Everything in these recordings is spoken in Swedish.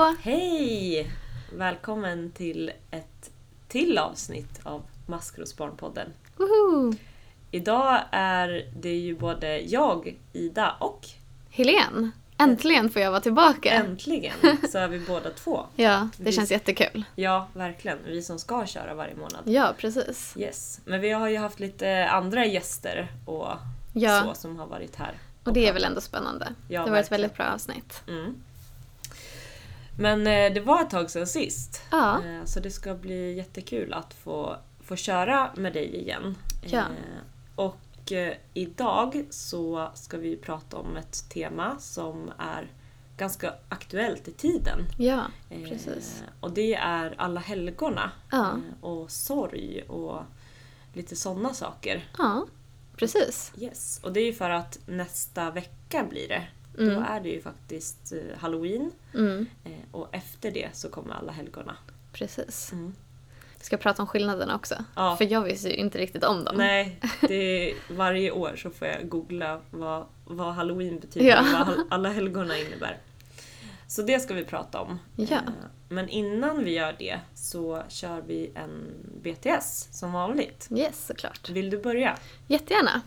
Hallå! Hej! Välkommen till ett till avsnitt av Maskrosbarnpodden. Woho! Idag är det ju både jag, Ida och Helene. Äntligen får jag vara tillbaka. äntligen så är vi båda två. Ja, det känns jättekul. Ja, verkligen. Vi som ska köra varje månad. Ja, precis. Yes. Men vi har ju haft lite andra gäster och så som har varit här. Och det är väl ändå spännande. Ja, det var ett väldigt bra avsnitt. Mm. Men det var ett tag sedan sist. Ja. Så det ska bli jättekul att få köra med dig igen. Ja. Och idag så ska vi prata om ett tema som är ganska aktuellt i tiden. Ja, precis. Och det är alla helgona. Ja. Och sorg och lite sådana saker. Ja, precis. Yes. Och det är ju för att nästa vecka blir det. Då är det ju faktiskt Halloween. Och efter det så kommer alla helgona. Precis. Vi ska prata om skillnaderna också. Ja. För jag visste ju inte riktigt om dem. Nej, varje år så får jag googla vad Halloween betyder och vad alla helgona innebär. Så det ska vi prata om. Ja. Men innan vi gör det så kör vi en BTS som vanligt. Yes, såklart. Vill du börja? Jättegärna.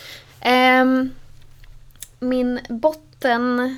Min botten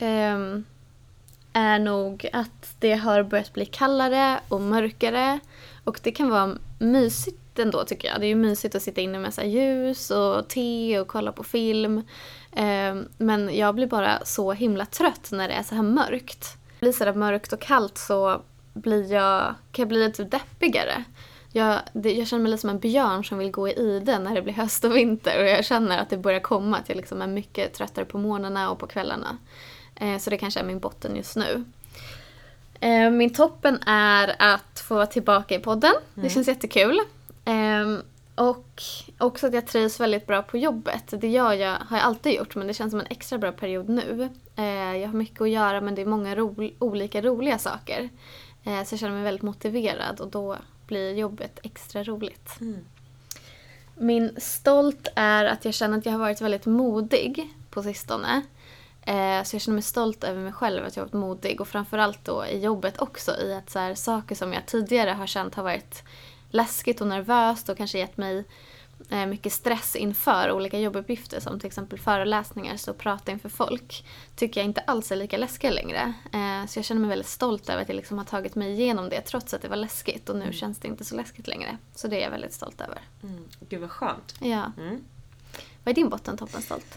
är nog att det har börjat bli kallare och mörkare. Och det kan vara mysigt ändå tycker jag. Det är ju mysigt att sitta inne med så här ljus och te och kolla på film. Men jag blir bara så himla trött när det är så här mörkt. Blir så där mörkt och kallt så kan jag bli lite deppigare. Jag känner mig lite som en björn som vill gå i ide när det blir höst och vinter. Och jag känner att det börjar komma. Att jag liksom är mycket tröttare på morgnarna och på kvällarna. Så det kanske är min botten just nu. Min toppen är att få vara tillbaka i podden. Det känns jättekul. Och också att jag trivs väldigt bra på jobbet. Det har jag alltid gjort, men det känns som en extra bra period nu. Jag har mycket att göra, men det är många olika roliga saker. Så jag känner mig väldigt motiverad och då blir jobbet extra roligt. Min stolt är att jag känner att jag har varit väldigt modig på sistone. Så jag känner mig stolt över mig själv att jag har varit modig. Och framförallt då i jobbet också. I att så här, saker som jag tidigare har känt har varit läskigt och nervöst. Och kanske gett mig mycket stress inför olika jobbuppgifter. Som till exempel föreläsningar. Så prata inför folk. Tycker jag inte alls är lika läskiga längre. Så jag känner mig väldigt stolt över att jag liksom har tagit mig igenom det. Trots att det var läskigt. Och nu känns det inte så läskigt längre. Så det är jag väldigt stolt över. Gud vad skönt. Ja. Vad är din botten, toppen, stolt?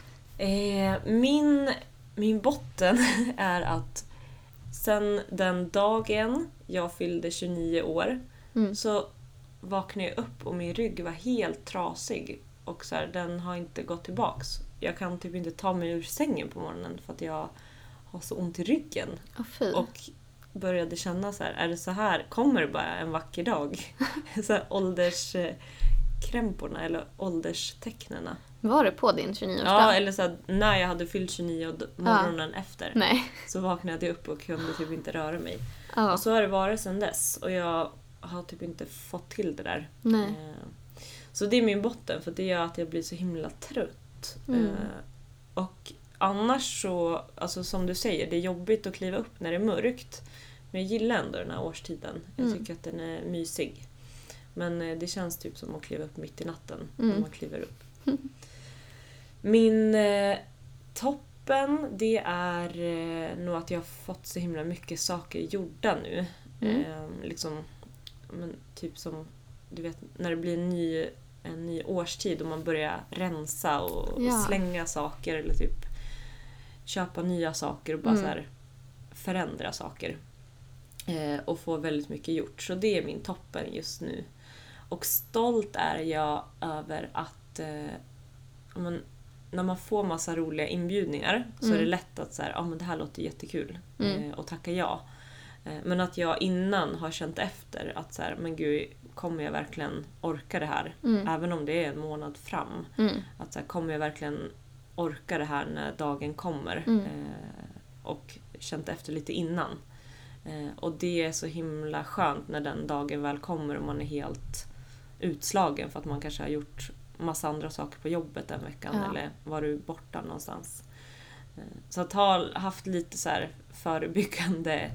Min botten är att sen den dagen jag fyllde 29 år så vaknade jag upp och min rygg var helt trasig. Och så här, den har inte gått tillbaks. Jag kan typ inte ta mig ur sängen på morgonen för att jag har så ont i ryggen. Och började känna så här, är det så här, kommer det bara en vacker dag? Så här, ålderskrämporna eller ålderstecknena. Var det på din 29-årsdag? Ja, eller så här, när jag hade fyllt 29 och morgonen efter. Nej. Så vaknade jag upp och kunde typ inte röra mig. Ja. Och så har det varit sedan dess. Och jag har typ inte fått till det där. Nej. Så det är min botten, för det gör att jag blir så himla trött. Och annars så, alltså som du säger, det är jobbigt att kliva upp när det är mörkt. Men jag gillar ändå den här årstiden. Jag tycker att den är mysig. Men det känns typ som att kliva upp mitt i natten när man kliver upp. Min toppen, det är nog att jag har fått så himla mycket saker gjorda nu. Liksom, men typ som, du vet, när det blir en ny årstid och man börjar rensa och slänga saker eller typ köpa nya saker och bara så här förändra saker. Och få väldigt mycket gjort. Så det är min toppen just nu. Och stolt är jag över att när man får massa roliga inbjudningar så är det lätt att så här, men det här låter jättekul och tacka ja. Men att jag innan har känt efter att så här, men gud, kommer jag verkligen orka det här? Även om det är en månad fram. Att så här, kommer jag verkligen orka det här när dagen kommer? Och känt efter lite innan. Och det är så himla skönt när den dagen väl kommer och man är helt utslagen för att man kanske har gjort massa andra saker på jobbet den veckan eller var du borta någonstans. Så att ha haft lite så här förebyggande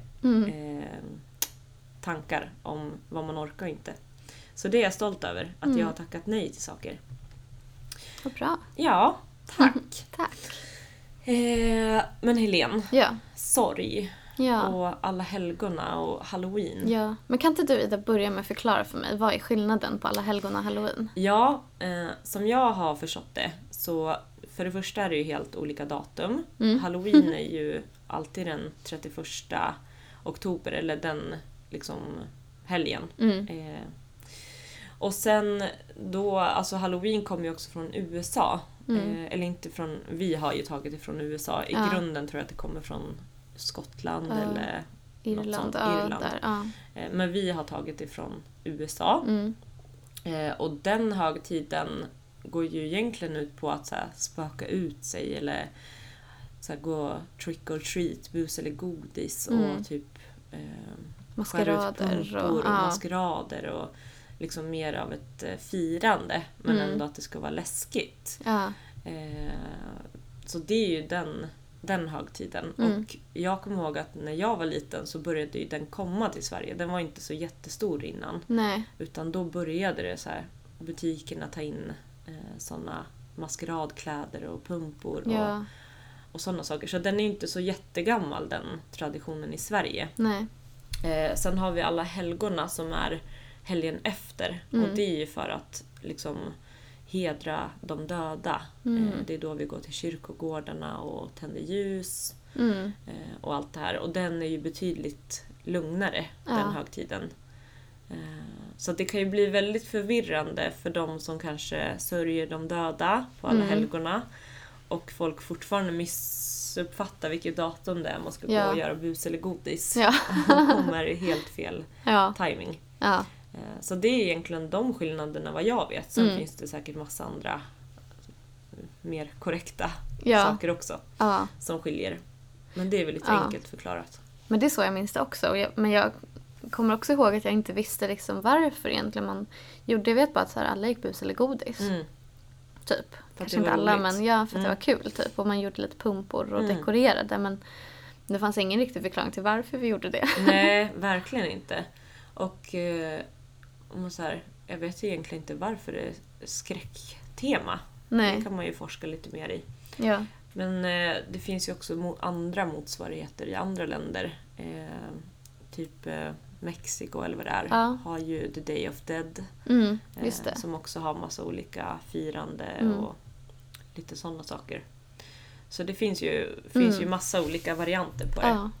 tankar om vad man orkar och inte. Så det är jag stolt över, att jag har tackat nej till saker. Vad bra. Ja, tack. Tack. Men Helene, Ja. sorg Ja. och alla helgona och Halloween. Ja. Men kan inte du Ida börja med att förklara för mig, vad är skillnaden på alla helgon och Halloween? Ja, som jag har förstått det, så för det första är det ju helt olika datum. Halloween är ju alltid den 31 oktober, eller den liksom helgen. Och sen då, alltså Halloween kommer ju också från USA. Eller inte från, vi har ju tagit det från USA. I grunden tror jag att det kommer från Skottland eller Irland. något sånt. Irland. Där, Men vi har tagit det från USA. Och den högtiden går ju egentligen ut på att så här, spöka ut sig eller så här, gå trick or treat, bus eller godis och typ maskerader och maskerader och liksom mer av ett firande, men ändå att det ska vara läskigt. Ja. Så det är ju den högtiden. Och jag kommer ihåg att när jag var liten så började ju den komma till Sverige. Den var inte så jättestor innan. Nej. Utan då började det så här, butikerna ta in såna maskeradkläder och pumpor och sådana saker. Så den är inte så jättegammal, den traditionen i Sverige. Nej. Sen har vi alla helgorna som är helgen efter. Och det är ju för att liksom hedra de döda. Det är då vi går till kyrkogårdarna och tänder ljus och allt det här. Och den är ju betydligt lugnare, den högtiden. Så det kan ju bli väldigt förvirrande för de som kanske sörjer de döda på alla helgorna. Och folk fortfarande missuppfattar vilket datum det är man ska gå och göra bus eller godis. Ja. Och kommer i helt fel timing. Ja. Så det är egentligen de skillnaderna vad jag vet. Sen finns det säkert massa andra mer korrekta saker också som skiljer. Men det är väl lite enkelt förklarat. Men det är så jag minns det också. Men jag kommer också ihåg att jag inte visste liksom varför egentligen man gjorde. Jag vet bara att så här, alla gick bus eller godis. Typ. Kanske inte alla, roligt. Men för att det var kul typ. Och man gjorde lite pumpor och dekorerade. Men det fanns ingen riktig förklaring till varför vi gjorde det. Nej, verkligen inte. Och så här, jag vet egentligen inte varför det är skräcktema. Nej. Det kan man ju forska lite mer i. Ja. Men det finns ju också andra motsvarigheter i andra länder. Typ Mexiko eller vad det är. Har ju The Day of Dead. Just det. Som också har massa olika firande och lite sådana saker. Så det finns ju massa olika varianter på det.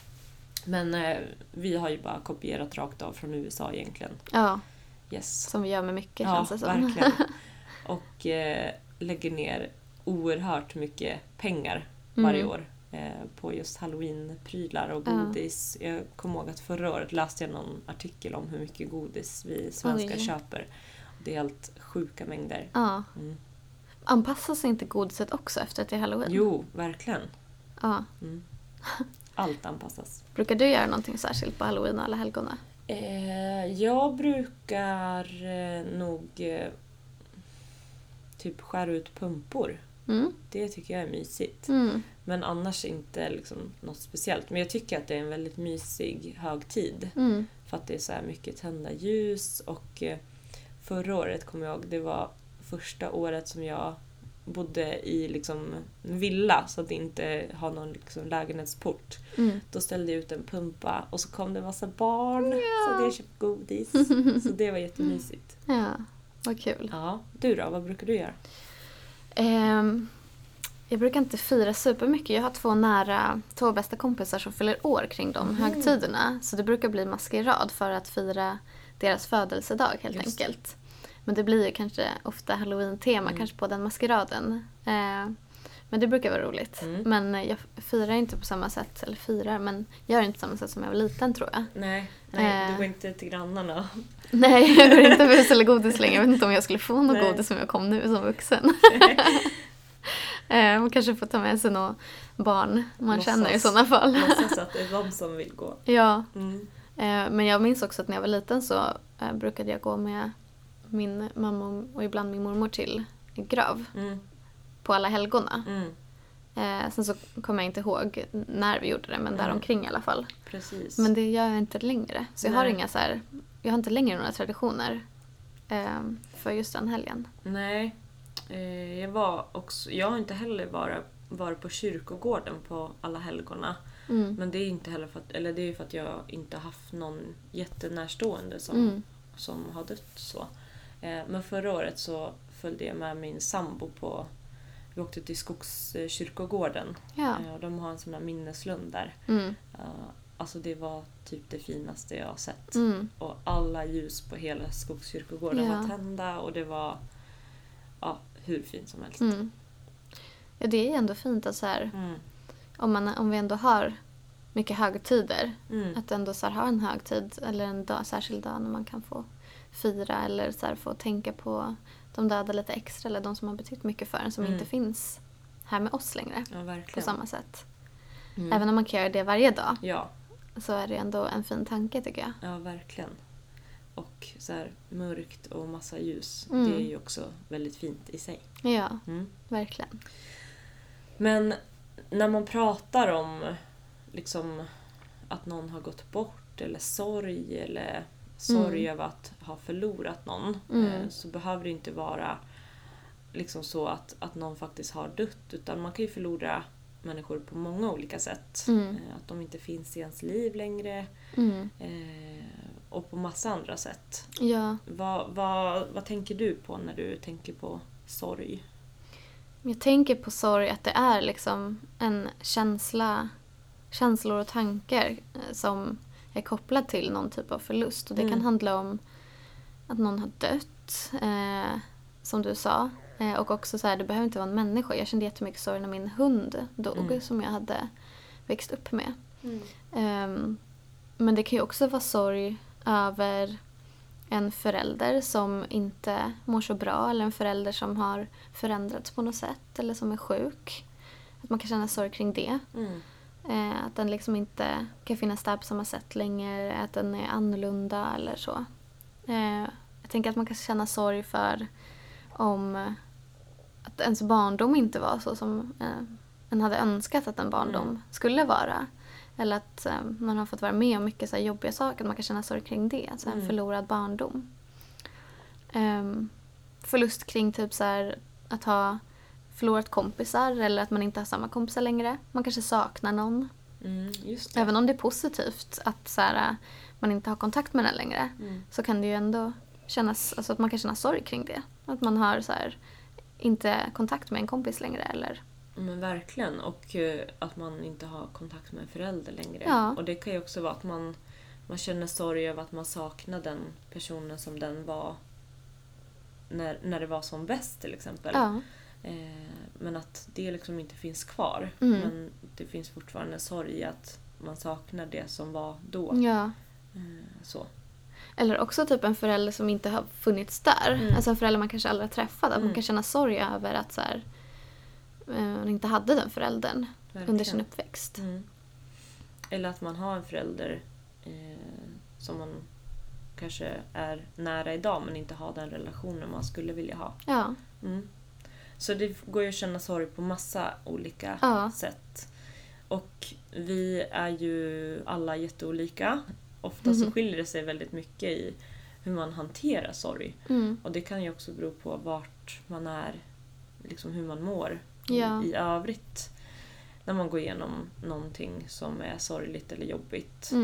Men vi har ju bara kopierat rakt av från USA egentligen. Ja, yes. Som vi gör med mycket känns det som. Verkligen. Och lägger ner oerhört mycket pengar varje år på just Halloween-prylar och godis. Jag kommer ihåg att förra året läste jag någon artikel om hur mycket godis vi svenskar köper. Det är helt sjuka mängder. Ja. Anpassas inte godiset också efter att det är Halloween? Jo, verkligen. Ja. Allt anpassas. Brukar du göra någonting särskilt på Halloween och alla helgona? Jag brukar nog typ skära ut pumpor. Det tycker jag är mysigt. Men annars inte liksom något speciellt. Men jag tycker att det är en väldigt mysig högtid. För att det är så här mycket tända ljus. Och förra året kommer jag ihåg, det var första året som jag bodde i liksom en villa så att det inte har någon liksom lägenhetsport. Då ställde jag ut en pumpa och så kom det en massa barn så hade jag köpt godis. Så det var jättemysigt. Ja, vad kul. Ja, du då? Vad brukar du göra? Jag brukar inte fira supermycket. Jag har två bästa kompisar som fyller år kring de högtiderna. Så det brukar bli maskerad för att fira deras födelsedag helt enkelt. Men det blir ju kanske ofta Halloween-tema kanske på den maskeraden. Men det brukar vara roligt. Men jag firar inte på samma sätt. Men gör inte på samma sätt som jag var liten tror jag. Nej, du går inte till grannarna. Nej, jag går inte på bus eller godis längre. Jag vet inte om jag skulle få något godis som jag kom nu som vuxen. Man kanske får ta med sig några barn man känner i sådana fall. Låtsas att det är de som vill gå. Ja. Men jag minns också att när jag var liten så brukade jag gå med min mamma och ibland min mormor till grav på alla helgona. Sen så kommer jag inte ihåg när vi gjorde det, men däromkring i alla fall. Precis. Men det gör jag inte längre. Så jag har Nej. inga så här, jag har inte längre några traditioner för just den helgen. Nej. Jag har inte heller varit på kyrkogården på alla helgona. Men det är inte heller det är för att jag inte har haft någon jättenärstående som har dött så. Men förra året så följde jag med min sambo vi åkte till Skogskyrkogården. Ja. Och de har en sån här minneslund där. Alltså det var typ det finaste jag har sett. Och alla ljus på hela Skogskyrkogården var tända och det var hur fint som helst. Ja, det är ändå fint att så här, om vi ändå har mycket högtider, att ändå så här, ha en högtid eller en särskild dag när man kan få fira eller så här, få tänka på de döda lite extra eller de som har betytt mycket för en som inte finns här med oss längre på samma sätt. Även om man kan göra det varje dag så är det ändå en fin tanke tycker jag. Ja, verkligen. Och så här mörkt och massa ljus, det är ju också väldigt fint i sig. Ja, verkligen. Men när man pratar om liksom att någon har gått bort eller sorg över att ha förlorat någon, så behöver det inte vara liksom så att någon faktiskt har dött, utan man kan ju förlora människor på många olika sätt. Att de inte finns i ens liv längre och på massa andra sätt. Ja. Vad tänker du på när du tänker på sorg? Jag tänker på sorg att det är liksom en känslor och tankar som är kopplad till någon typ av förlust. Och det kan handla om att någon har dött, som du sa. Och också så här, det behöver inte vara en människa. Jag kände jättemycket sorg när min hund dog som jag hade växt upp med. Men det kan ju också vara sorg över en förälder som inte mår så bra eller en förälder som har förändrats på något sätt eller som är sjuk. Att man kan känna sorg kring det. Att den liksom inte kan finnas där på samma sätt längre, att den är annorlunda eller så. Jag tänker att man kan känna sorg för om att ens barndom inte var så som en hade önskat att en barndom skulle vara. Eller att man har fått vara med om mycket så här jobbiga saker. Man kan känna sorg kring det. Alltså en förlorad barndom. Förlust kring typ så här, att ha förlorat kompisar. Eller att man inte har samma kompisar längre. Man kanske saknar någon. Just det. Även om det är positivt att så här, man inte har kontakt med den längre. Så kan det ju ändå kännas, alltså att man kan känna sorg kring det. Att man har så här, inte kontakt med en kompis längre eller... Men verkligen, och att man inte har kontakt med en förälder längre. Ja. Och det kan ju också vara att man känner sorg över att man saknar den personen som den var när det var som bäst till exempel. Ja. Men att det liksom inte finns kvar. Men det finns fortfarande sorg i att man saknar det som var då. Ja. Så. Eller också typ en förälder som inte har funnits där. Alltså en förälder man kanske aldrig har träffat. Att man kan känna sorg över att så här, man inte hade den föräldern under sin uppväxt. Eller att man har en förälder som man kanske är nära idag men inte har den relationen man skulle vilja ha. Ja. Så det går ju att känna sorg på massa olika sätt. Och vi är ju alla jätteolika. Ofta så skiljer det sig väldigt mycket i hur man hanterar sorg. Och det kan ju också bero på vart man är, liksom hur man mår i övrigt. När man går igenom någonting som är sorgligt eller jobbigt.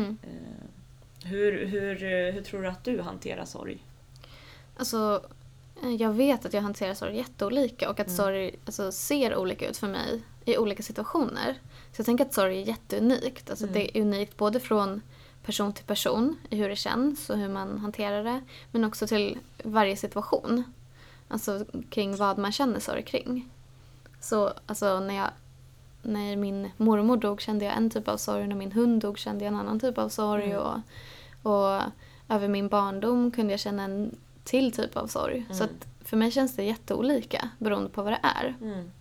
Hur tror du att du hanterar sorg? Alltså, jag vet att jag hanterar sorg jätteolika och att sorg alltså, ser olika ut för mig i olika situationer. Så jag tänker att sorg är jätteunikt. Alltså, det är unikt både från person till person i hur det känns och hur man hanterar det. Men också till varje situation. Alltså kring vad man känner sorg kring. Så alltså, när min mormor dog kände jag en typ av sorg. När min hund dog kände jag en annan typ av sorg. Och över min barndom kunde jag känna en till typ av sorg. Så att för mig känns det jätteolika beroende på vad det är.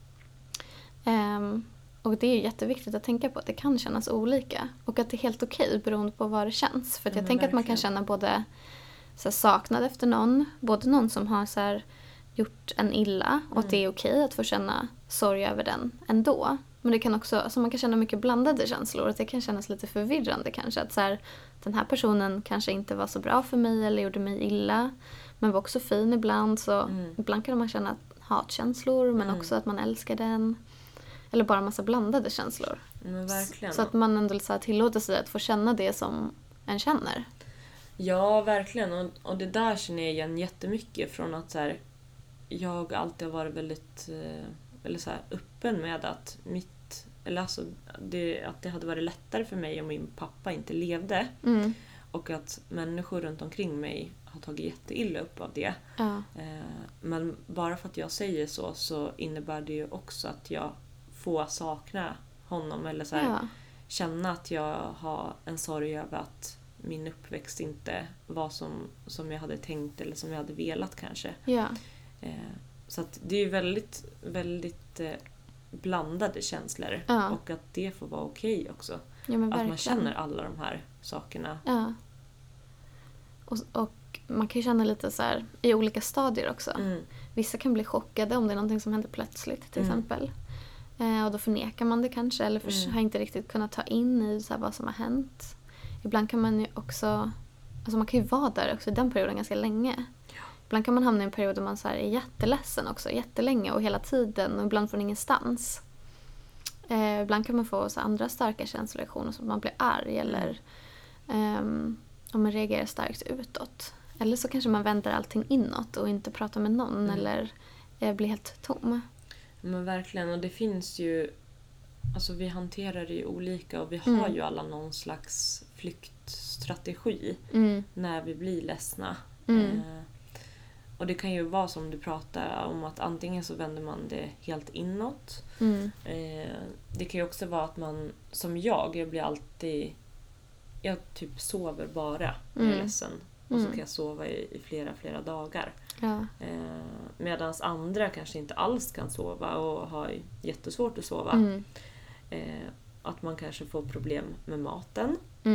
Och det är jätteviktigt att tänka på att det kan kännas olika. Och att det är helt okej beroende på vad det känns. För att jag tänker att man kan känna både så här, saknad efter någon. Både någon som har så här, gjort en illa. Och att det är okej att få känna sorg över den ändå. Men det kan också, alltså man kan känna mycket blandade känslor. Att det kan kännas lite förvirrande kanske. Att så här, den här personen kanske inte var så bra för mig eller gjorde mig illa. Men var också fin ibland. Så ibland kan man känna hatkänslor men också att man älskar den. Eller bara en massa blandade känslor. Men verkligen. Så att man ändå så här tillåter sig att få känna det som en känner. Ja, verkligen. Och det där känner jag igen jättemycket från att så här, jag alltid har varit väldigt eller så här, öppen med att att det hade varit lättare för mig om min pappa inte levde. Och att människor runt omkring mig har tagit jätteilla upp av det. Ja. Men bara för att jag säger så innebär det ju också att jag får sakna honom. Eller så här, känna att jag har en sorg över att min uppväxt inte var som jag hade tänkt eller som jag hade velat kanske. Ja. Så att det är väldigt, väldigt blandade känslor. Ja. Och att det får vara okej också. Ja, men att man verkligen. känner alla de här sakerna. Ja. Och man kan ju känna lite så här i olika stadier också. Vissa kan bli chockade om det är någonting som händer plötsligt till exempel. Och då förnekar man det kanske eller har inte riktigt kunnat ta in i så här vad som har hänt. Ibland kan man ju också, alltså man kan ju vara där också i den perioden ganska länge. Ja. Ibland kan man hamna i en period där man så här är jätteledsen också, jättelänge och hela tiden och ibland från ingenstans. Ibland kan man få så andra starka känsloreaktioner som att man blir arg eller om man reagerar starkt utåt. Eller så kanske man vänder allting inåt och inte pratar med någon eller blir helt tom. Men verkligen, och det finns ju, alltså vi hanterar det ju olika och vi har ju alla någon slags flyktstrategi när vi blir ledsna. Och det kan ju vara som du pratar om att antingen så vänder man det helt inåt. Det kan ju också vara att man, som jag blir alltid, jag typ sover bara när jag är ledsen. Och så kan jag sova i flera dagar. Ja. Medan andra kanske inte alls kan sova och har jättesvårt att sova. Att man kanske får problem med maten.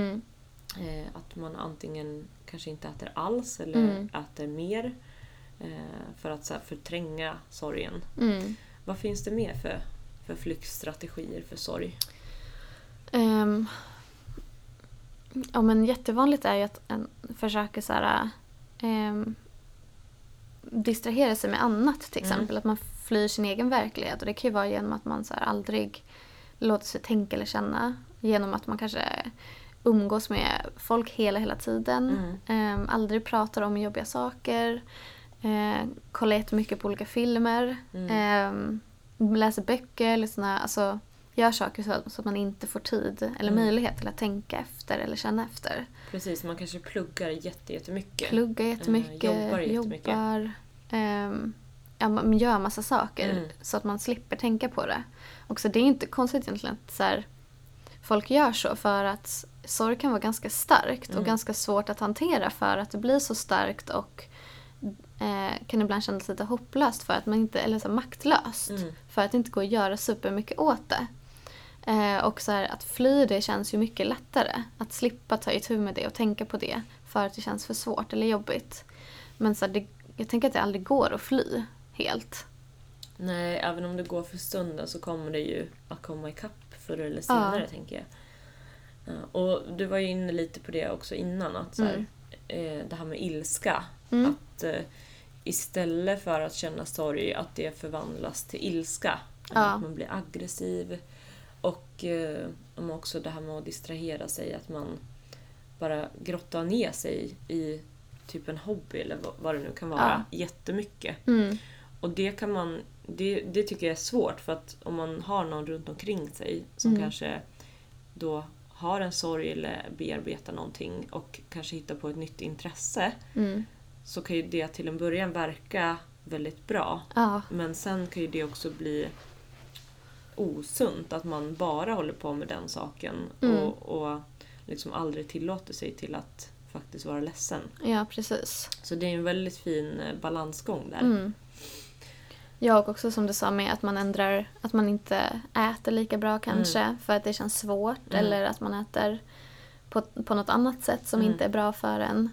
Att man antingen kanske inte äter alls eller äter mer. För att så här, förtränga sorgen. Vad finns det mer för flyktstrategier för sorg? Ja, men jättevanligt är ju att en försöker så här, distrahera sig med annat till exempel. Att man flyr sin egen verklighet. Och det kan ju vara genom att man så här, aldrig låter sig tänka eller känna. Genom att man kanske umgås med folk hela tiden. Aldrig pratar om jobbiga saker. Kollar jättemycket på olika filmer. Läser böcker eller såna, alltså gör saker så att man inte får tid eller möjlighet till att tänka efter eller känna efter. Precis, man kanske pluggar jättemycket. Jobbar jättemycket. Man gör massa saker så att man slipper tänka på det. Och så det är inte konstigt egentligen att så här, folk gör så för att sorg kan vara ganska starkt och ganska svårt att hantera för att det blir så starkt och kan ibland kännas lite hopplöst för att man inte, eller så här, maktlöst för att det inte går att göra supermycket åt det. Och så här, att fly det känns ju mycket lättare. Att slippa ta itu med det och tänka på det för att det känns för svårt eller jobbigt. Men så här, jag tänker att det aldrig går att fly helt. Nej, även om det går för stunden så kommer det ju att komma ikapp förr eller senare, tänker jag. Och du var ju inne lite på det också innan, att så här, det här med ilska. Att istället för att känna sorg, att det förvandlas till ilska. Att man blir aggressiv. Och också det här med att distrahera sig, att man bara grottar ner sig i typ en hobby eller vad det nu kan vara, jättemycket. Och det tycker jag är svårt, för att om man har någon runt omkring sig som kanske då har en sorg eller bearbetar någonting och kanske hittar på ett nytt intresse, så kan ju det till en början verka väldigt bra. Men sen kan ju det också bli osunt, att man bara håller på med den saken och liksom aldrig tillåter sig till att faktiskt vara ledsen. Ja, precis. Så det är en väldigt fin balansgång där. Jag också, som du sa, med att man ändrar, att man inte äter lika bra kanske för att det känns svårt, eller att man äter på något annat sätt som inte är bra för en.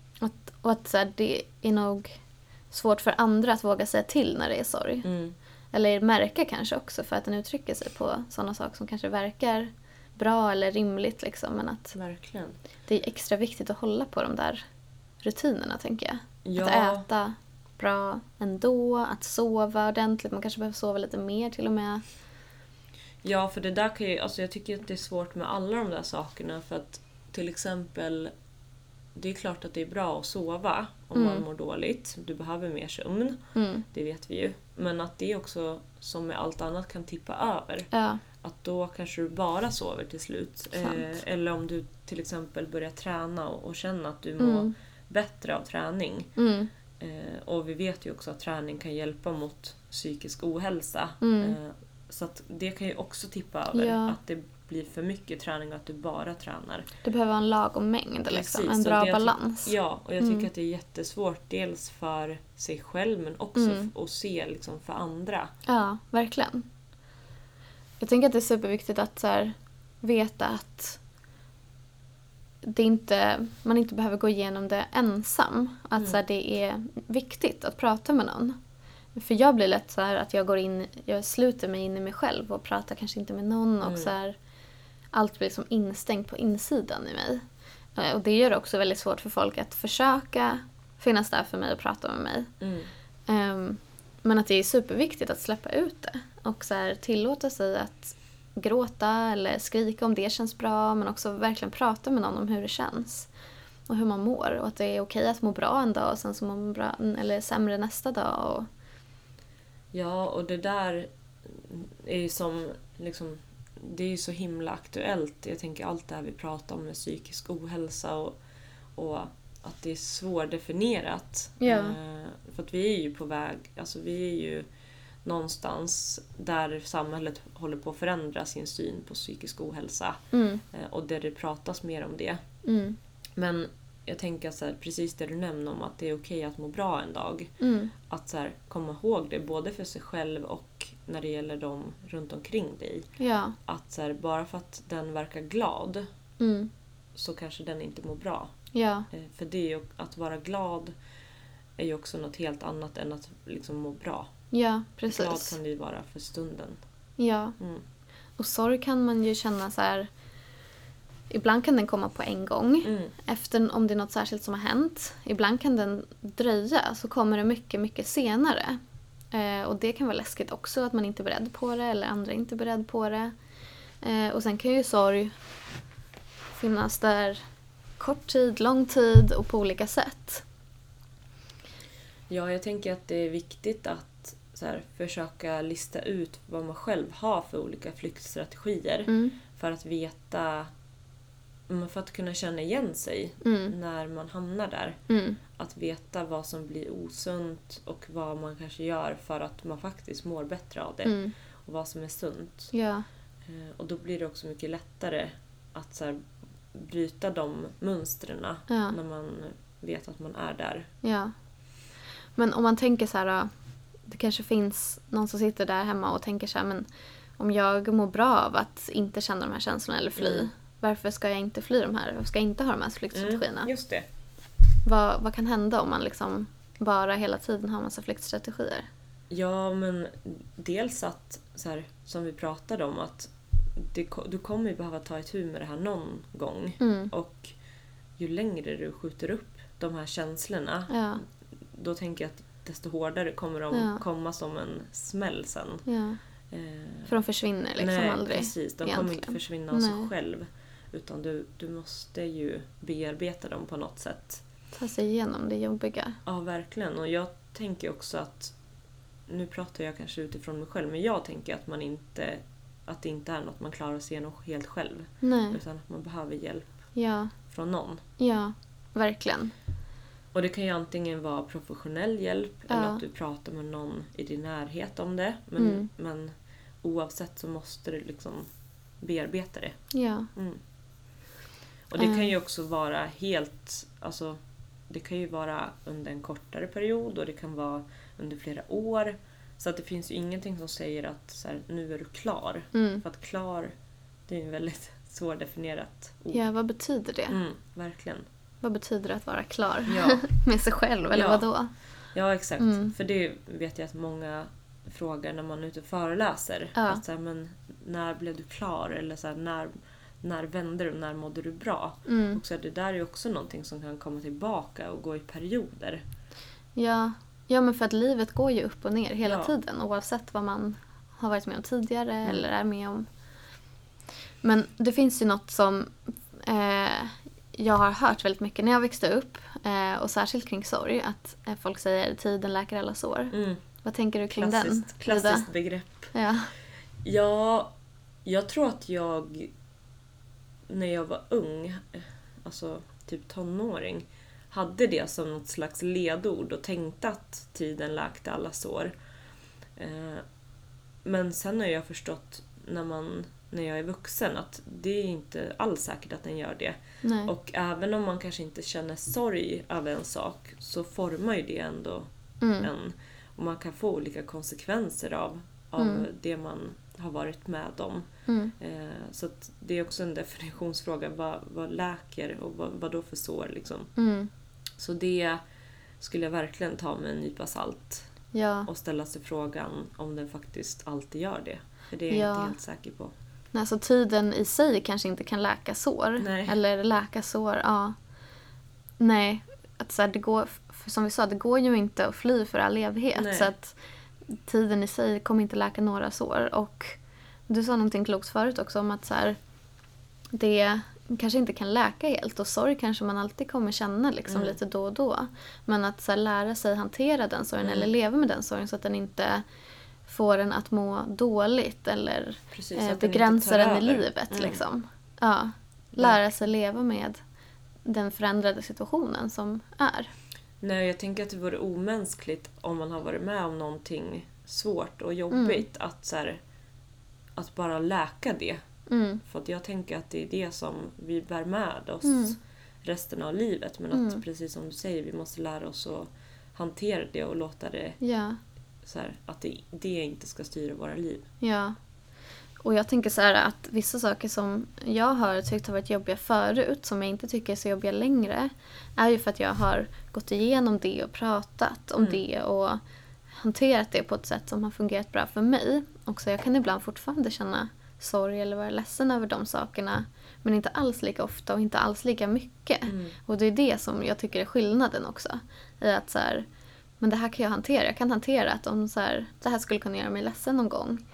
Och att så här, det är nog svårt för andra att våga säga till när det är sorg. Eller märka kanske också, för att den uttrycker sig på sådana saker som kanske verkar bra eller rimligt. Liksom. Men att Verkligen. det är extra viktigt att hålla på de där rutinerna, tänker jag. Ja. Att äta bra ändå, att sova ordentligt. Man kanske behöver sova lite mer till och med. Ja, för det där kan ju, alltså jag tycker att det är svårt med alla de där sakerna, för att till exempel, det är klart att det är bra att sova om man mår dåligt. Du behöver mer sömn, det vet vi ju. Men att det också, som med allt annat, kan tippa över. Ja. Att då kanske du bara sover till slut. Eller om du till exempel börjar träna och känner att du mår bättre av träning. Och vi vet ju också att träning kan hjälpa mot psykisk ohälsa. Så att det kan ju också tippa över att det blir för mycket träning och att du bara tränar. Det behöver vara en lagom mängd, liksom. En bra balans. Ja, och jag tycker att det är jättesvårt, dels för sig själv men också att se liksom, för andra. Ja, verkligen. Jag tänker att det är superviktigt att så här, veta att man inte behöver gå igenom det ensam. Att så här, det är viktigt att prata med någon. För jag blir lätt så här att jag sluter mig in i mig själv och pratar kanske inte med någon. Och så här, allt blir liksom instängt på insidan i mig. Och det gör det också väldigt svårt för folk att försöka finnas där för mig och prata med mig. Men att det är superviktigt att släppa ut det. Och så här, tillåta sig att gråta eller skrika om det känns bra. Men också verkligen prata med någon om hur det känns. Och hur man mår. Och att det är okej att må bra en dag och sen så mår man bra eller sämre nästa dag. Och... Ja, och det där är ju som liksom, det är ju så himla aktuellt. Jag tänker allt det här vi pratar om med psykisk ohälsa och att det är svårdefinierat. Ja. För att vi är ju på väg, alltså vi är ju någonstans där samhället håller på att förändra sin syn på psykisk ohälsa. Och där det pratas mer om det. Men jag tänker så här, precis det du nämnde om att det är okej att må bra en dag. Att så här, komma ihåg det både för sig själv och när det gäller dem runt omkring dig. Ja. Att så här, bara för att den verkar glad så kanske den inte mår bra. Ja. För det är ju, att vara glad är ju också något helt annat än att liksom må bra. Ja, precis. Glad kan det ju vara för stunden. Ja. Och sorg kan man ju känna så här. Ibland kan den komma på en gång. Efter om det är något särskilt som har hänt. Ibland kan den dröja. Så kommer det mycket, mycket senare. Och det kan vara läskigt också. Att man inte är beredd på det. Eller andra inte är beredd på det. Och sen kan ju sorg finnas där kort tid, lång tid och på olika sätt. Ja, jag tänker att det är viktigt att så här, försöka lista ut vad man själv har för olika flyktstrategier. För att veta, för att kunna känna igen sig när man hamnar där. Att veta vad som blir osunt och vad man kanske gör för att man faktiskt mår bättre av det. Och vad som är sunt. Ja. Och då blir det också mycket lättare att så här, bryta de mönstren när man vet att man är där. Ja. Men om man tänker så här, det kanske finns någon som sitter där hemma och tänker så här, men om jag mår bra av att inte känna de här känslorna eller fly, varför ska jag inte fly de här? Varför ska jag inte ha de här flyktstrategierna? Just det. Vad kan hända om man liksom bara hela tiden har massa flyktstrategier? Ja, men dels att, så här, som vi pratade om, att du kommer ju behöva ta itu med det här någon gång. Och ju längre du skjuter upp de här känslorna, då tänker jag att desto hårdare kommer de komma som en smäll sen. Ja. För de försvinner liksom nej, aldrig. Precis, de kommer inte försvinna av sig själv. Utan du måste ju bearbeta dem på något sätt. Ta sig igenom det jobbiga. Ja, verkligen. Och jag tänker också att, nu pratar jag kanske utifrån mig själv, men jag tänker att att det inte är något man klarar sig igenom helt själv. Nej. Utan att man behöver hjälp från någon. Ja, verkligen. Och det kan ju antingen vara professionell hjälp eller att du pratar med någon i din närhet om det. Men oavsett så måste du liksom bearbeta det. Ja. Och det kan ju också vara helt, alltså det kan ju vara under en kortare period och det kan vara under flera år. Så att det finns ju ingenting som säger att så här, nu är du klar. För att klar, det är en väldigt svårdefinierat ord. Ja, vad betyder det? Verkligen. Vad betyder det att vara klar Ja. med sig själv, eller vad då? Ja, exakt. För det vet jag att många frågar när man är ute och föreläser. Ja. Att så här, men när blev du klar? Eller så här, när vände du? När mådde du bra? Och så här, det där är också någonting som kan komma tillbaka och gå i perioder. Ja, men för att livet går ju upp och ner hela Ja. tiden. Oavsett vad man har varit med om tidigare eller är med om. Men det finns ju något som jag har hört väldigt mycket när jag växte upp. Och särskilt kring sorg. Att folk säger tiden läker alla sår. Vad tänker du kring den? Klassiskt begrepp. Ja. Ja, jag tror att jag när jag var ung, alltså typ tonåring, hade det som något slags ledord och tänkte att tiden läkte alla sår. Men sen har jag förstått när jag är vuxen att det är inte alls säkert att den gör det. Nej. Och även om man kanske inte känner sorg över en sak så formar ju det ändå en. Och man kan få olika konsekvenser av det man har varit med om. Så att det är också en definitionsfråga. Vad läker och vad då för sår liksom. Så det skulle jag verkligen ta med en nypa salt. Ja. Och ställa sig frågan om den faktiskt alltid gör det. För det är jag inte helt säker på. Nej, så tiden i sig kanske inte kan läka sår. Nej. Eller läka sår, ja. Nej, att så här, det går, som vi sa, det går ju inte att fly för all evighet. Nej. Så att tiden i sig kommer inte läka några sår. Och du sa någonting klokt förut också om att så här, det kanske inte kan läka helt. Och sorg kanske man alltid kommer känna liksom, lite då och då. Men att så här, lära sig hantera den sorgen eller leva med den sorgen så att den inte får en att må dåligt eller begränsar den i livet. Liksom. Ja, lära sig leva med den förändrade situationen som är. Nej, jag tänker att det vore omänskligt om man har varit med om någonting svårt och jobbigt att, så här, att bara läka det. För att jag tänker att det är det som vi bär med oss resten av livet. Men att precis som du säger, vi måste lära oss att hantera det och låta det så här, att det inte ska styra våra liv. Ja. Och jag tänker så här att vissa saker som jag har tyckt har varit jobbiga förut, som jag inte tycker är så jobbiga längre, är ju för att jag har gått igenom det och pratat om det och hanterat det på ett sätt som har fungerat bra för mig. Och så jag kan ibland fortfarande känna sorg eller vara ledsen över de sakerna, men inte alls lika ofta och inte alls lika mycket. Och det är det som jag tycker är skillnaden också. I att så här, men det här kan jag hantera. Jag kan hantera att om så här, det här skulle kunna göra mig ledsen någon gång.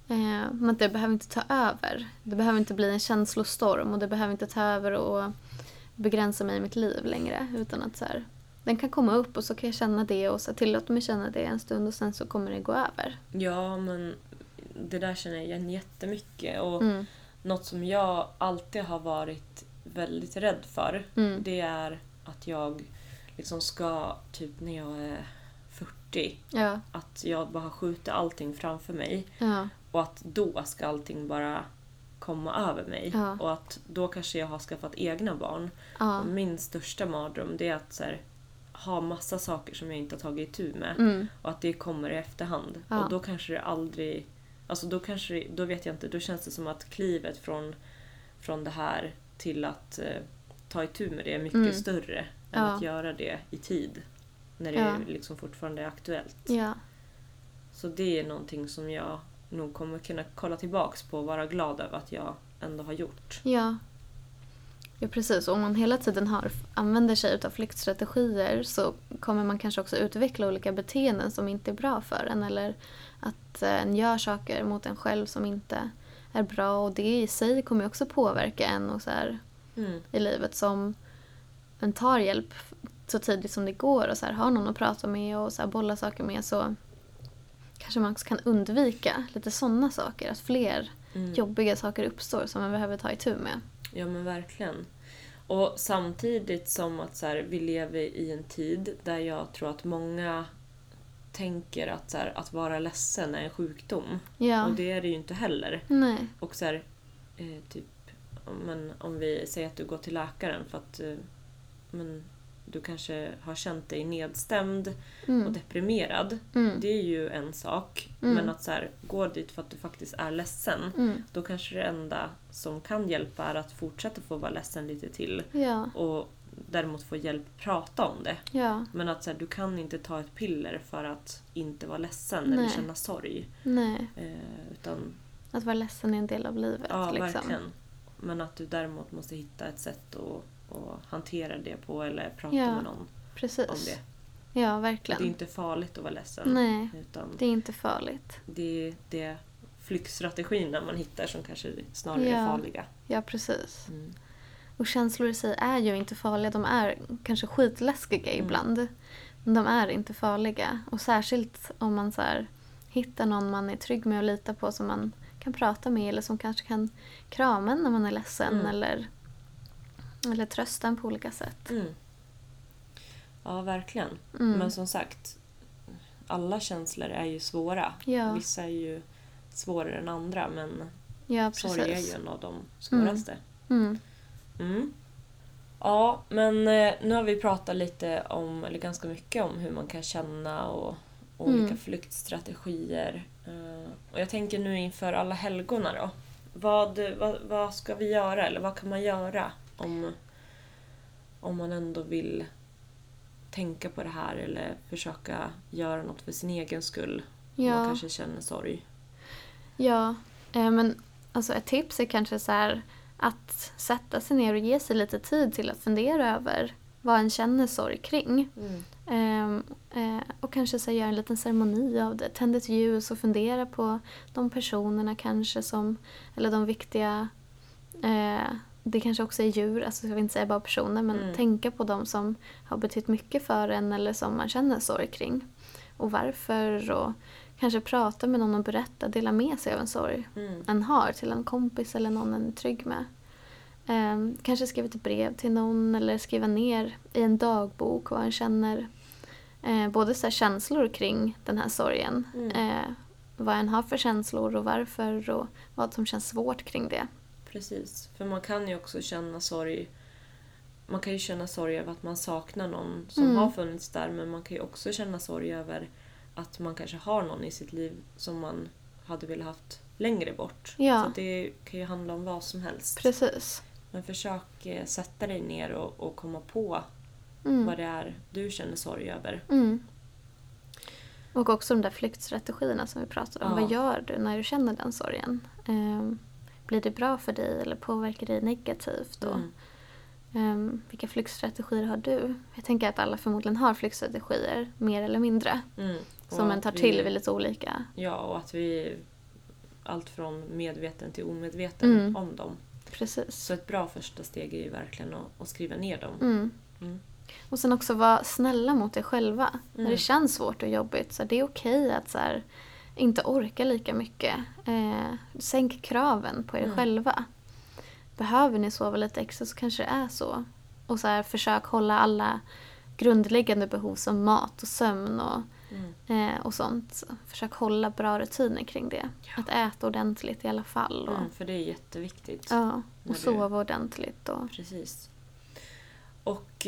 Men det behöver inte ta över. Det behöver inte bli en känslostorm och det behöver inte ta över och begränsa mig i mitt liv längre. Utan att så här, den kan komma upp och så kan jag känna det och så tillåter mig känna det en stund och sen så kommer det gå över. Ja, men det där känner jag igen jättemycket. Och något som jag alltid har varit väldigt rädd för, det är att jag liksom ska, typ när jag är 40, att jag bara skjuter allting framför mig. Och att då ska allting bara komma över mig. Och att då kanske jag har skaffat egna barn. Och min största mardröm, det är att så här, ha massa saker som jag inte har tagit itu med. Och att det kommer i efterhand. Och då kanske det aldrig... Alltså då vet jag inte. Då känns det som att klivet från det här till att ta itu med det är mycket större än att göra det i tid. När det liksom fortfarande är aktuellt. Så det är någonting som jag nog kommer kunna kolla tillbaks på och vara glad över att jag ändå har gjort. Ja, precis. Och om man hela tiden använder sig av flyktstrategier så kommer man kanske också utveckla olika beteenden som inte är bra för en. Eller att en gör saker mot en själv som inte är bra. Och det i sig kommer också påverka en och så här, i livet. Som en tar hjälp så tidigt som det går och så här, har någon att prata med och så här, bolla saker med, så kanske man också kan undvika lite sådana saker. Att fler jobbiga saker uppstår som man behöver ta itu med. Ja, men verkligen. Och samtidigt som att så här, vi lever i en tid där jag tror att många tänker att, så här, att vara ledsen är en sjukdom. Och det är det ju inte heller. Nej. Och så här, typ, om vi säger att du går till läkaren för att du kanske har känt dig nedstämd och deprimerad. Det är ju en sak. Men att så här, gå dit för att du faktiskt är ledsen. Då kanske det enda som kan hjälpa är att fortsätta få vara ledsen lite till. Och däremot få hjälp att prata om det. Ja. Men att så här, du kan inte ta ett piller för att inte vara ledsen eller känna sorg. Nej. Utan, att vara ledsen är en del av livet. ja, liksom. verkligen. Men att du däremot måste hitta ett sätt att hantera det på eller prata med någon precis. om det. Ja, verkligen. Det är inte farligt att vara ledsen. Nej, utan det är inte farligt. Det är det flyktstrategierna man hittar som kanske snarare är farliga. Ja, precis. Och känslor i sig är ju inte farliga. De är kanske skitläskiga ibland. Men de är inte farliga. Och särskilt om man så här, hittar någon man är trygg med och litar på som man kan prata med. Eller som kanske kan krama en när man är ledsen. Eller trösta en på olika sätt. Ja, verkligen. Men som sagt, alla känslor är ju svåra. Ja. Vissa är ju svårare än andra, men sorg är ju en av de svåraste. Ja, men nu har vi pratat lite om, eller ganska mycket om hur man kan känna och olika flyktstrategier. Och jag tänker nu inför alla helgona då. Vad ska vi göra, eller vad kan man göra om man ändå vill tänka på det här eller försöka göra något för sin egen skull? Om man kanske känner sorg. Ja, men alltså ett tips är kanske så här att sätta sig ner och ge sig lite tid till att fundera över vad en känner sorg kring. Och kanske så göra en liten ceremoni av det. Tänd ett ljus och fundera på de personerna kanske som, eller de viktiga, det kanske också är djur, alltså jag vill inte säga bara personer, men tänka på de som har betytt mycket för en eller som man känner sorg kring. Och varför, och kanske prata med någon och berätta, dela med sig av en sorg en har till en kompis eller någon en är trygg med. Kanske skriva ett brev till någon eller skriva ner i en dagbok vad en känner. Både så här känslor kring den här sorgen. Vad en har för känslor och varför och vad som känns svårt kring det. Precis, för man kan ju också känna sorg. Man kan ju känna sorg över att man saknar någon som har funnits där, men man kan ju också känna sorg över att man kanske har någon i sitt liv som man hade velat haft längre bort. Ja. Så det kan ju handla om vad som helst. Precis. Men försök sätta dig ner och komma på vad det är du känner sorg över. Och också de där flyktstrategierna som vi pratade om. Vad gör du när du känner den sorgen? Blir det bra för dig eller påverkar det negativt? Och, vilka flyktstrategier har du? Jag tänker att alla förmodligen har flyktstrategier, mer eller mindre. Som man tar till vid lite olika. Ja, och att vi allt från medveten till omedveten om dem. Precis. Så ett bra första steg är ju verkligen att skriva ner dem. Och sen också vara snälla mot er själva. När det känns svårt och jobbigt så det är okej att så här, inte orka lika mycket. Sänk kraven på er själva. Behöver ni sova lite extra så kanske det är så. Och så här, försök hålla alla grundläggande behov som mat och sömn och sånt. Så försök hålla bra rutiner kring det. Ja. Att äta ordentligt i alla fall. För det är jätteviktigt. Ja, och sova ordentligt. Precis. Och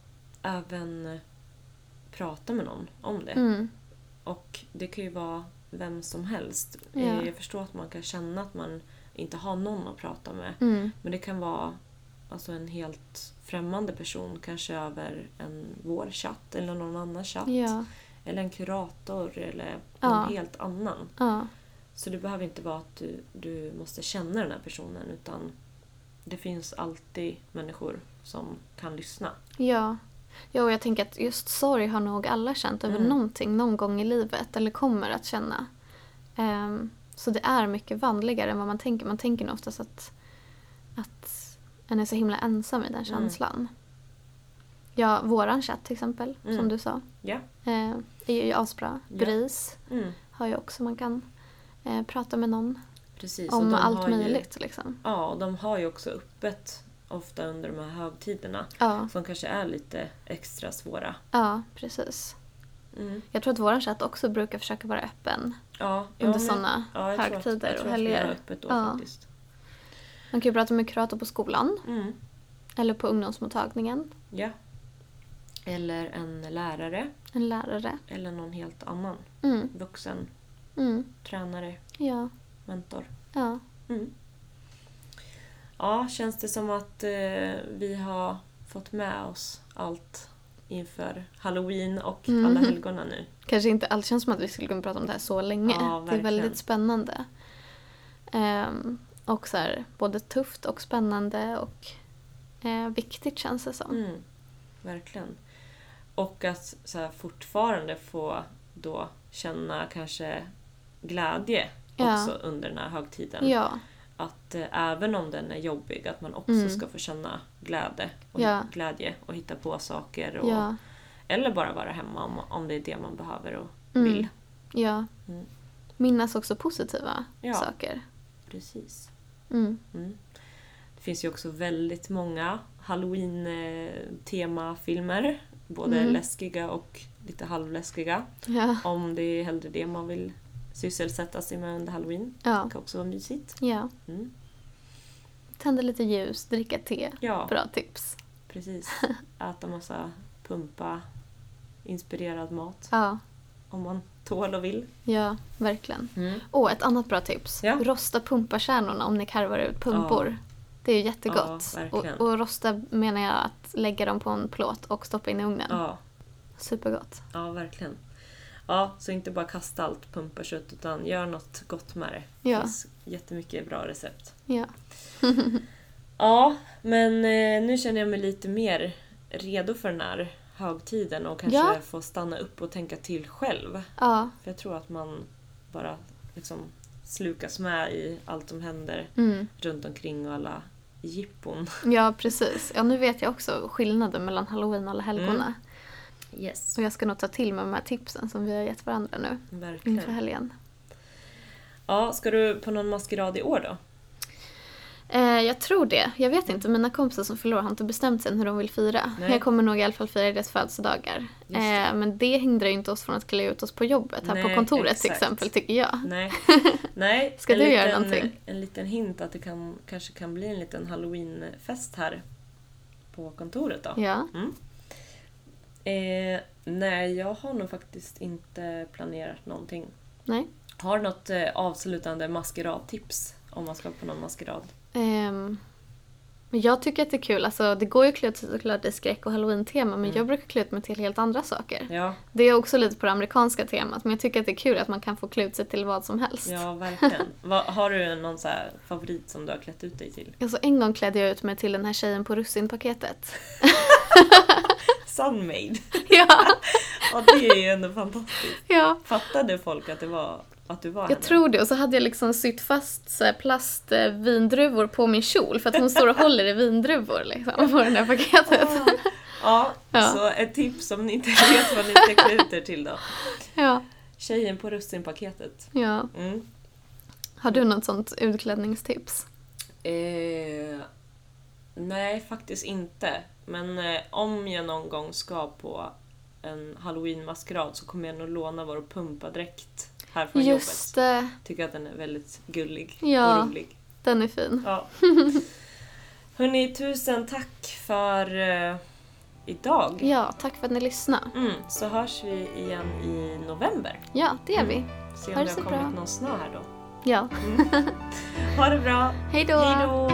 även prata med någon om det. Och det kan ju vara vem som helst. Ja. Jag förstår att man kan känna att man inte har någon att prata med. Men det kan vara alltså en helt främmande person. Kanske över vår chatt eller någon annan chatt. Ja. Eller en kurator eller någon helt annan. Ja. Så det behöver inte vara att du måste känna den här personen, utan det finns alltid människor som kan lyssna. Ja. Ja, och jag tänker att just sorg har nog alla känt över någonting någon gång i livet eller kommer att känna. Så det är mycket vanligare än vad man tänker. Man tänker nog oftast att en är så himla ensam i den känslan. Ja, våran chatt till exempel, som du sa. Ja. Är ju asbra. Ja. Bris har ju också, man kan prata med någon. Precis, om allt möjligt. Liksom. Ja, och de har ju också öppet ofta under de här högtiderna. Som kanske är lite extra svåra. Ja, precis. Jag tror att våran chatt också brukar försöka vara öppen. Under sådana högtider och helger. Öppet då, faktiskt. Man kan ju prata med kurator på skolan. Eller på ungdomsmottagningen. Ja. Eller en lärare. En lärare. Eller någon helt annan. Vuxen. Tränare. Ja. Mentor. Ja. Ja, känns det som att vi har fått med oss allt inför Halloween och alla helgona nu. Kanske inte alls, känns som att vi skulle kunna prata om det här så länge. Ja, det är väldigt spännande. Och så här, både tufft och spännande och viktigt känns det som. Verkligen. Och att så här, fortfarande få då känna kanske glädje också under den här högtiden. Ja. Att även om den är jobbig, att man också ska få känna glädje och hitta på saker. Och, eller bara vara hemma om det är det man behöver och vill. Ja. Minnas också positiva saker. Precis. Det finns ju också väldigt många Halloween-temafilmer. Både läskiga och lite halvläskiga. Ja. Om det är hellre det man vill sysselsätta sig med under Halloween. Ja. Det kan också vara mysigt. Ja. Tända lite ljus, dricka te. Ja. Bra tips. Precis. Äta massa pumpa, inspirerad mat. Ja. Om man tål och vill. Ja, verkligen. Ett annat bra tips. Ja. Rosta pumpakärnorna om ni karvar ut pumpor. Ja. Det är ju jättegott. Ja, och rosta menar jag att lägga dem på en plåt och stoppa in i ugnen. Ja. Supergott. Ja, verkligen. Ja, så inte bara kasta allt pumpakött utan gör något gott med det. Ja. Det finns jättemycket bra recept. Ja. Ja, men nu känner jag mig lite mer redo för den här högtiden och kanske få stanna upp och tänka till själv. Ja. För jag tror att man bara liksom slukas med i allt som händer runt omkring och alla jippon. Ja, precis. Ja, nu vet jag också skillnaden mellan Halloween och alla helgona. Yes. Och jag ska nog ta till mig de här tipsen som vi har gett varandra nu. Verkligen. Inför helgen. Ja, ska du på någon maskerad i år då? Jag tror det. Jag vet inte. Mina kompisar som fyller år har inte bestämt sig hur de vill fira. Nej. Jag kommer nog i alla fall fira deras födelsedagar. Men det hindrar ju inte oss från att klä ut oss på jobbet. Här på kontoret till exempel, tycker jag. Nej. Ska du göra någonting? En liten hint att det kanske kan bli en liten Halloween-fest här på kontoret då. Ja. Nej, jag har nog faktiskt inte planerat någonting. Nej. Har du något avslutande maskeradtips om man ska på någon maskerad? Men jag tycker att det är kul. Alltså, det går ju att klä ut sig såklart i skräck- och halloween-tema, men jag brukar klä ut mig till helt andra saker. Ja. Det är också lite på det amerikanska temat, men jag tycker att det är kul att man kan få klä ut sig till vad som helst. Ja, verkligen. Har du någon så här favorit som du har klätt ut dig till? Alltså, en gång klädde jag ut mig till den här tjejen på russinpaketet. Sunmade. Ja. Ja, det är ju ändå fantastiskt. Ja. Fattade folk att du var henne? Jag tror det, och så hade jag liksom sytt fast så här plastvindruvor på min kjol för att hon står och håller i vindruvor liksom, på det här paketet. Ja, så ett tips om ni inte vet vad ni ska klä ut er till då. Ja. Tjejen på russinpaketet. Ja. Har du något sånt utklädningstips? Nej, faktiskt inte. Men om jag någon gång ska på en Halloween-maskerad så kommer jag nog låna vår pumpadräkt här från Just jobbet. det. Tycker att den är väldigt gullig och rolig. Den är fin. Ja. Hörrni, tusen tack för idag. Ja, tack för att ni lyssnade. Så hörs vi igen i november. Ja, det gör vi. Se om det har kommit någon snö här då. Ja. Ha det bra. Hej då. Hej då.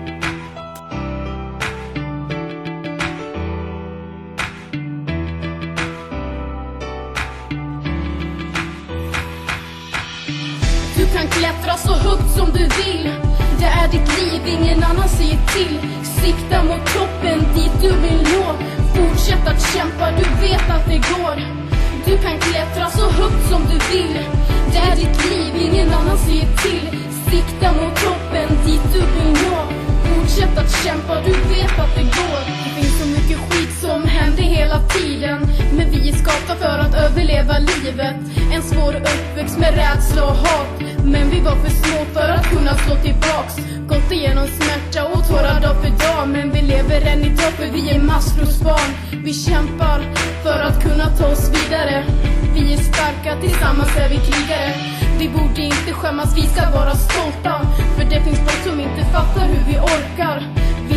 Du kan klättra så högt som du vill. Det är ditt liv, ingen annan säger till. Sikta mot toppen, dit du vill nå. Fortsätt att kämpa, du vet att det går. Du kan klättra så högt som du vill. Det är ditt liv, ingen annan säger till. Sikta mot toppen, dit du vill nå. Fortsätt att kämpa, du vet att det går. Det finns så mycket skit som händer hela tiden, men vi är skapta för att överleva livet. En svår uppväxt med rädsla och hat, men vi var för små för att kunna slå tillbaks. Gått igenom smärta och tårar dag för dag, men vi lever än idag för vi är maskrosbarn. Vi kämpar för att kunna ta oss vidare. Vi är starka, tillsammans är vi krigare. Vi borde inte skämmas, vi ska vara stolta. För det finns folk som inte fattar hur vi orkar. Vi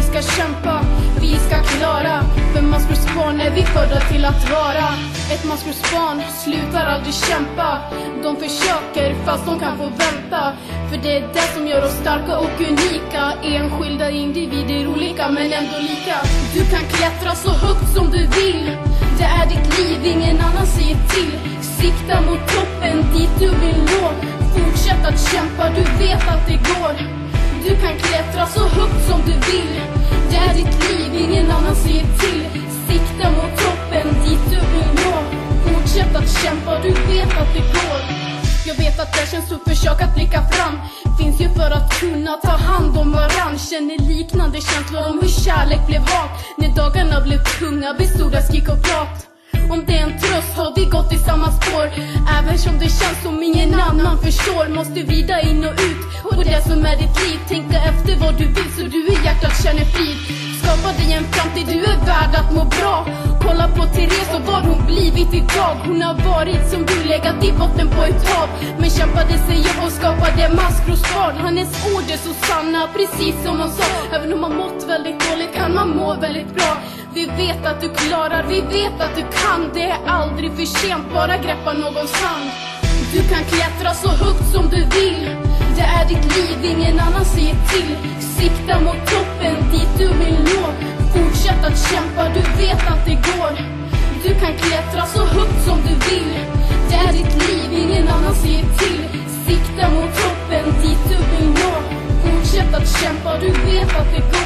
ska kämpa, vi ska klara. För maskrosbarn är vi födda till att vara. Ett maskrosbarn slutar aldrig kämpa. De försöker fast de kan få vänta. För det är det som gör oss starka och unika. Enskilda individer olika men ändå lika. Du kan klättra så högt som du vill. Det är ditt liv, ingen annan säger till. Sikta mot toppen, dit du vill nå. Fortsätt att kämpa, du vet att det går. Du kan klättra så högt som du vill. Det är ditt liv, ingen annan säger till. Sikta mot toppen, dit du vill nå. Fortsätt att kämpa, du vet att det går. Jag vet att det känns att försöka att blicka fram. Finns ju för att kunna ta hand om varann. Känner liknande känslor om hur kärlek blev hat. När dagarna blev tunga bestod av skrik och prat. Om det är en tröst har vi gått i samma spår. Även som det känns som ingen annan förstår. Måste vrida in och ut på det som är ditt liv. Tänka efter vad du vill så du i hjärtat känner frid. Skapa dig en framtid, du är värd att må bra. Kolla på Therese och vad hon blivit idag. Hon har varit som du, legat i botten på ett hav. Men kämpade sig upp och skapade maskrosbarn. Hennes ord är så sanna, precis som hon sa. Även om man mått väldigt dåligt kan man må väldigt bra. Vi vet att du klarar, vi vet att du kan. Det är aldrig för sent, bara greppa någons hand. Du kan klättra så högt som du vill. Det är ditt liv, ingen annan säger till. Sikta mot toppen, dit du vill nå. Fortsätt att kämpa, du vet att det går. Du kan klättra så högt som du vill. Det är ditt liv, ingen annan säger till. Sikta mot toppen, dit du vill nå. Fortsätt att kämpa, du vet att det går.